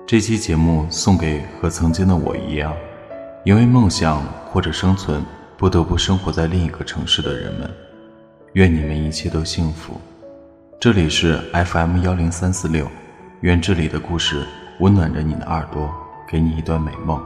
这期节目送给和曾经的我一样，因为梦想或者生存不得不生活在另一个城市的人们，愿你们一切都幸福。这里是 FM10346，愿这里的故事温暖着你的耳朵，给你一段美梦。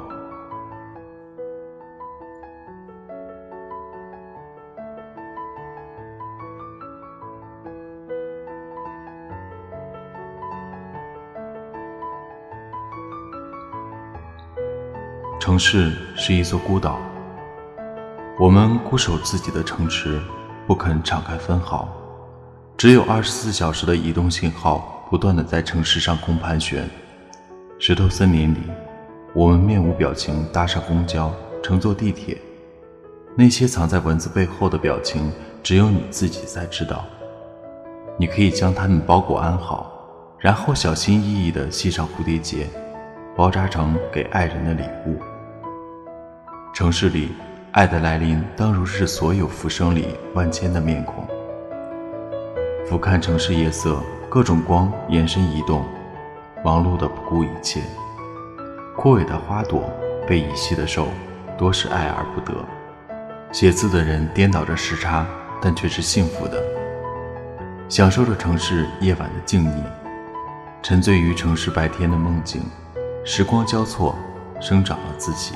城市是一座孤岛，我们固守自己的城池，不肯敞开分毫，只有24小时的移动信号不断地在城市上空盘旋。石头森林里，我们面无表情搭上公交，乘坐地铁，那些藏在文字背后的表情，只有你自己才知道。你可以将它们包裹安好，然后小心翼翼地系上蝴蝶结，包扎成给爱人的礼物。城市里，爱的来临当如是所有浮生里万千的面孔。俯瞰城市夜色，各种光延伸移动，忙碌的不顾一切。枯萎的花朵，被遗弃的手，多是爱而不得。写字的人颠倒着时差，但却是幸福的，享受着城市夜晚的静谧，沉醉于城市白天的梦境。时光交错，生长了自己。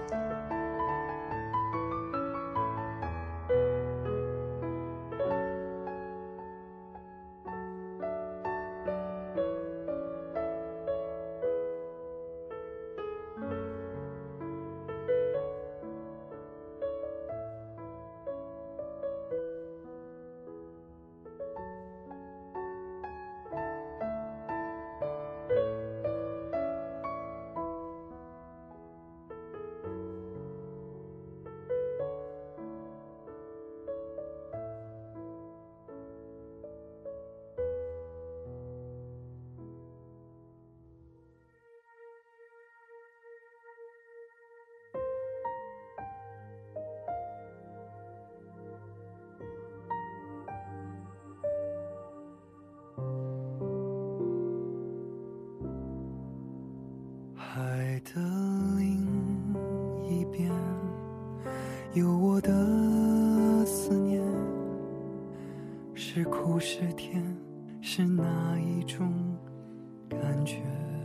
海的另一边有我的思念，是苦是甜，是哪一种感觉？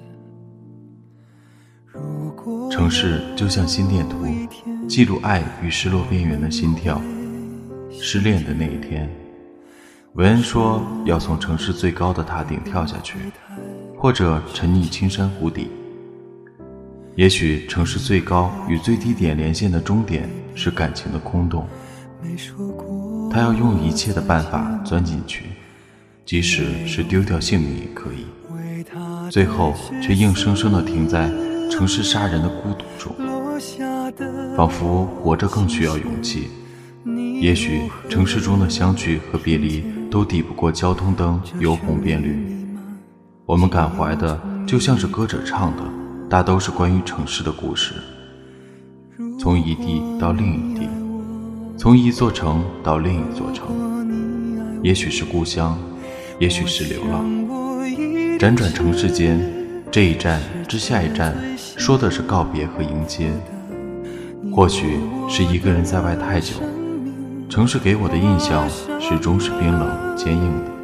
城市就像心电图，记录爱与失落边缘的心跳。失恋的那一天，韦恩说要从城市最高的塔顶跳下去，或者沉溺青山湖底。也许城市最高与最低点连线的终点是感情的空洞，他要用一切的办法钻进去，即使是丢掉性命也可以，最后却硬生生地停在城市杀人的孤独中，仿佛活着更需要勇气。也许城市中的相聚和别离都抵不过交通灯由红变绿，我们感怀的就像是歌者唱的，大都是关于城市的故事，从一地到另一地，从一座城到另一座城，也许是故乡，也许是流浪。辗转城市间，这一站至下一站，说的是告别和迎接。或许是一个人在外太久，城市给我的印象始终是冰冷坚硬的。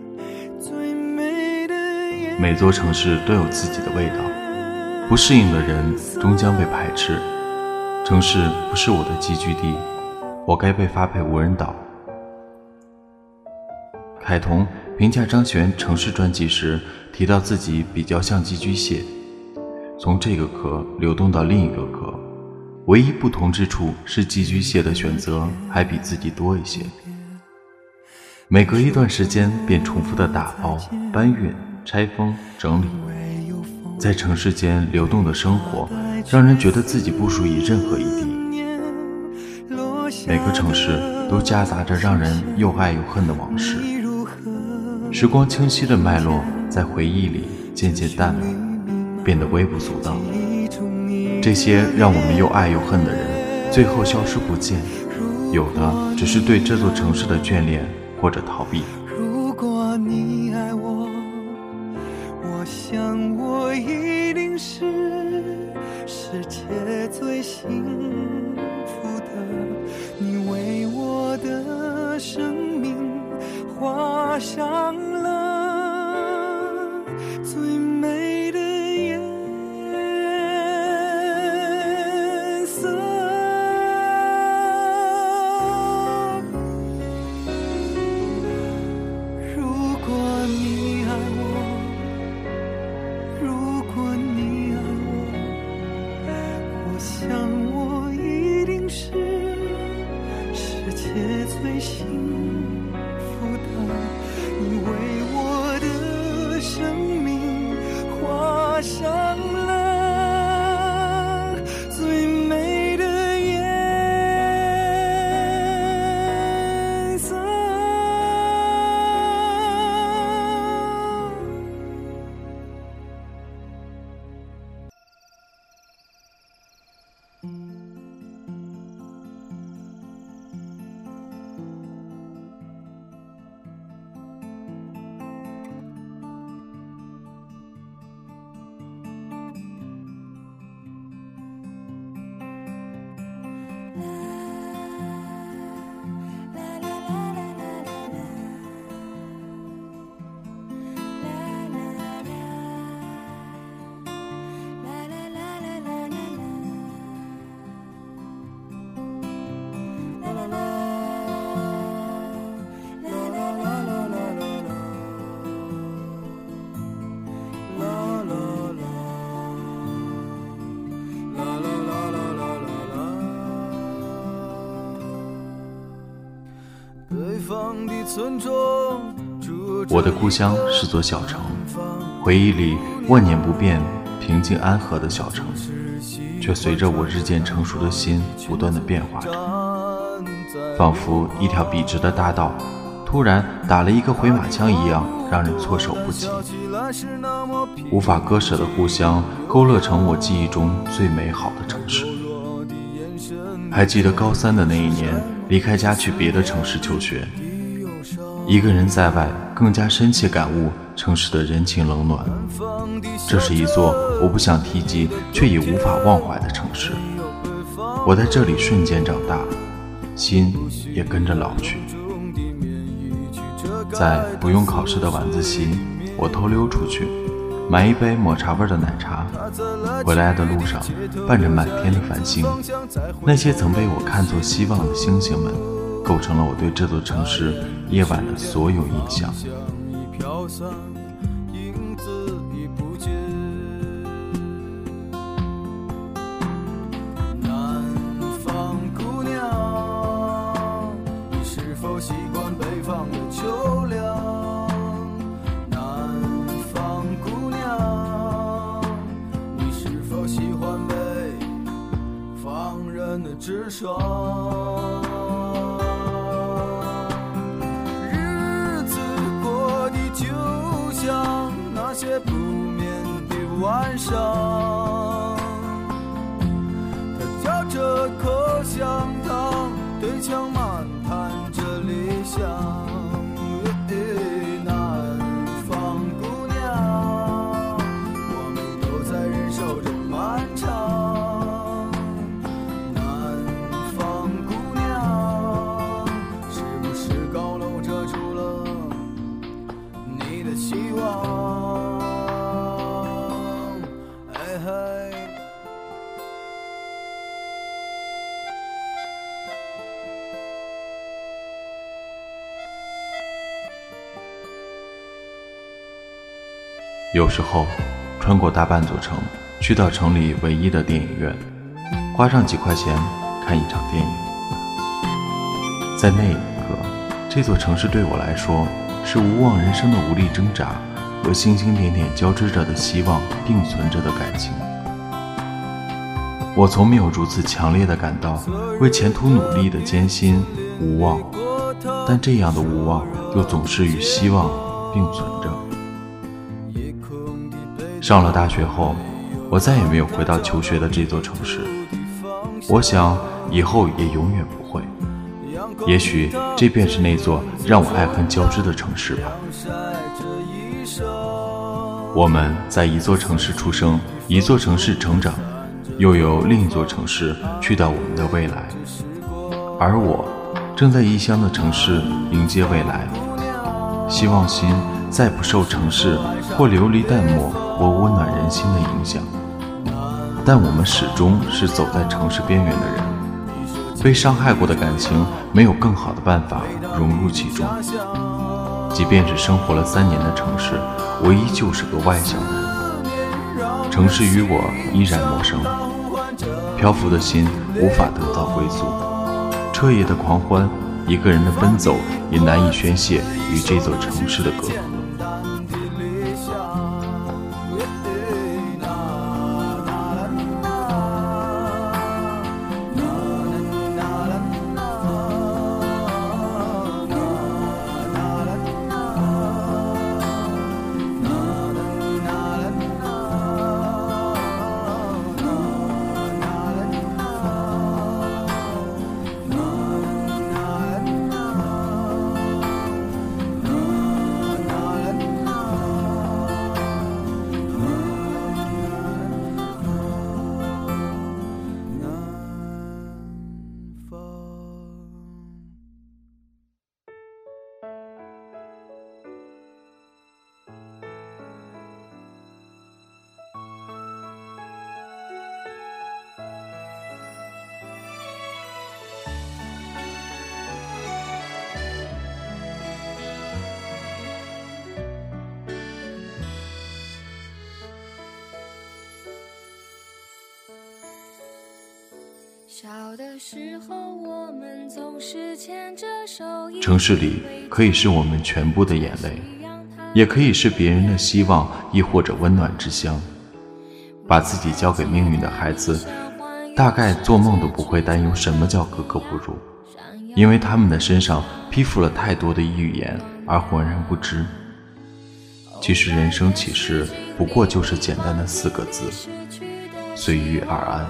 每座城市都有自己的味道，不适应的人终将被排斥。城市不是我的寄居地，我该被发配无人岛。凯彤评价张悬城市传记时提到自己比较像寄居蟹，从这个壳流动到另一个壳，唯一不同之处是寄居蟹的选择还比自己多一些，每隔一段时间便重复的打包搬运拆封整理。在城市间流动的生活让人觉得自己不属于任何一地，每个城市都夹杂着让人又爱又恨的往事，时光清晰的脉络在回忆里渐渐淡了，变得微不足道。这些让我们又爱又恨的人最后消失不见，有的只是对这座城市的眷恋或者逃避。 如果你爱我，我想我一定是世界最幸福的，你为我的生命画上了最美的颜色。如果你爱我，如果你爱我，我想我一定是世界最幸福的，你为我的生命画上了最美的颜色。 我的故乡是座小城，回忆里万年不变、平静安和的小城，却随着我日渐成熟的心不断的变化着，仿佛一条笔直的大道突然打了一个回马枪一样，让人措手不及。无法割舍的故乡勾勒成我记忆中最美好的城市。还记得高3的那一年，离开家去别的城市求学，一个人在外，更加深切感悟城市的人情冷暖。这是一座我不想提及却也无法忘怀的城市。我在这里瞬间长大，心也跟着老去。在不用考试的晚自习，我偷溜出去买一杯抹茶味的奶茶，回来的路上伴着满天的繁星，那些曾被我看作希望的星星们，构成了我对这座城市夜晚的所有印象。 南方姑娘，你是否习惯北方的秋凉？南方姑娘，你是否喜欢北方人的直爽？那些不眠的晚上，他嚼着口香糖，对墙漫谈着理想。南方姑娘，我们都在忍受着漫长。南方姑娘，是不是高楼遮住了你的希望？ 有时候穿过大半座城，去到城里唯一的电影院，花上几块钱看一场电影。在那一刻，这座城市对我来说是无望人生的无力挣扎和星星点点交织着的希望并存着的感情。我从没有如此强烈地感到为前途努力的艰辛无望，但这样的无望又总是与希望并存着。上了大学后，我再也没有回到求学的这座城市，我想以后也永远不会。也许这便是那座让我爱恨交织的城市吧。我们在一座城市出生， 一座城市成长，又有另一座城市去到我们的未来，而我正在异乡的城市迎接未来。希望心再不受城市或流离淡漠或温暖人心的影响，但我们始终是走在城市边缘的人，被伤害过的感情没有更好的办法融入其中。即便是生活了3年的城市，我依旧是个外乡人，城市与我依然陌生，漂浮的心无法得到归宿，彻夜的狂欢，一个人的奔走也难以宣泄与这座城市的隔阂。城市里可以是我们全部的眼泪，也可以是别人的希望，亦或者温暖之乡。把自己交给命运的孩子，大概做梦都不会担忧什么叫格格不入，因为他们的身上披覆了太多的语言而浑然不知。其实人生启示不过就是简单的4个字：随遇而安。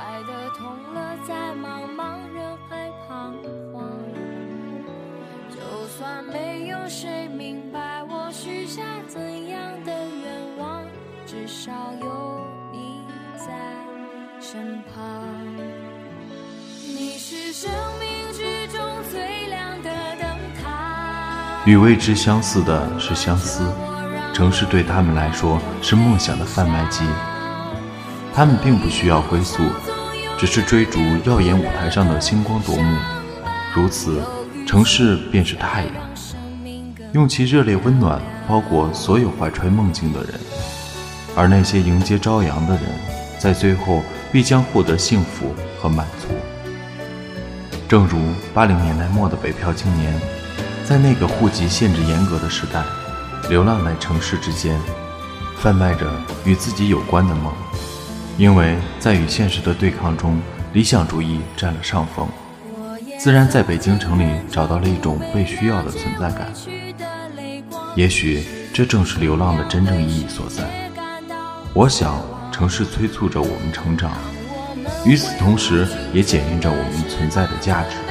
至少有你在身旁，你是生命之中最亮的灯塔。 与未知相似的是相思，城市对他们来说是梦想的贩卖机，他们并不需要归宿，只是追逐耀眼舞台上的星光夺目。如此，城市便是太阳，用其热烈温暖包裹所有怀揣梦境的人。而那些迎接朝阳的人，在最后必将获得幸福和满足。正如80年代末的北漂青年，在那个户籍限制严格的时代，流浪在城市之间，贩卖着与自己有关的梦。因为在与现实的对抗中，理想主义占了上风，自然在北京城里找到了一种被需要的存在感。也许这正是流浪的真正意义所在。我想，城市催促着我们成长，与此同时也检验着我们存在的价值。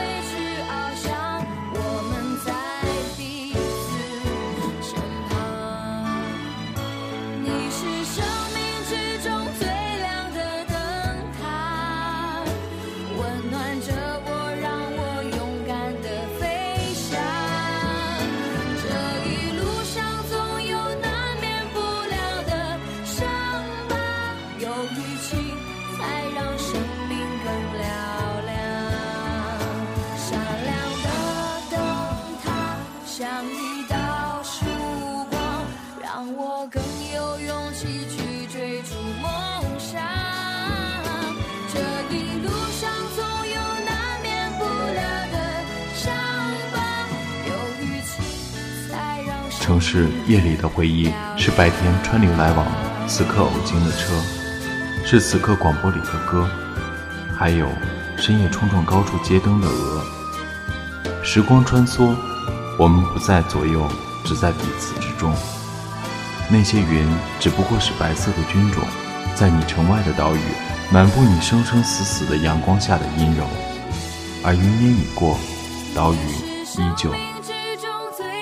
城市夜里的回忆，是白天川流来往此刻偶经的车，是此刻广播里的歌，还有深夜冲撞高处街灯的鹅。时光穿梭，我们不在左右，只在彼此之中。那些云只不过是白色的军种，在你城外的岛屿，满布你生生死死的阳光下的阴柔。而云烟已过，岛屿依旧。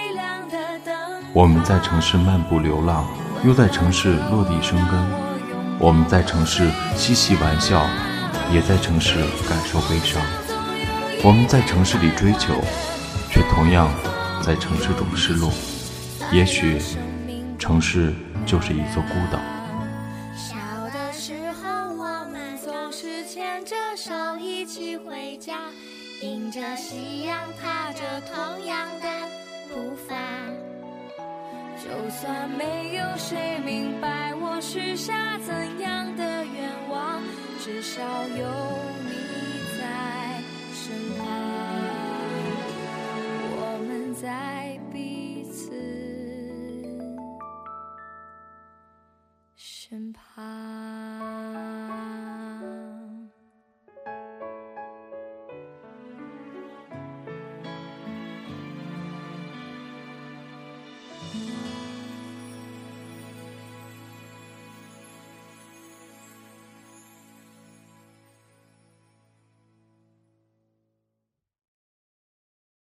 我们在城市漫步流浪，又在城市落地生根。 我们在城市嬉戏玩笑，也在城市感受悲伤。我们在城市里追求，却同样在城市中失落。也许城市就是一座孤岛。 小的时候我们总是牵着手一起回家，迎着夕阳踏着同样的步伐，就算没有谁明白我许下怎样的愿望，至少有你在身旁。我们在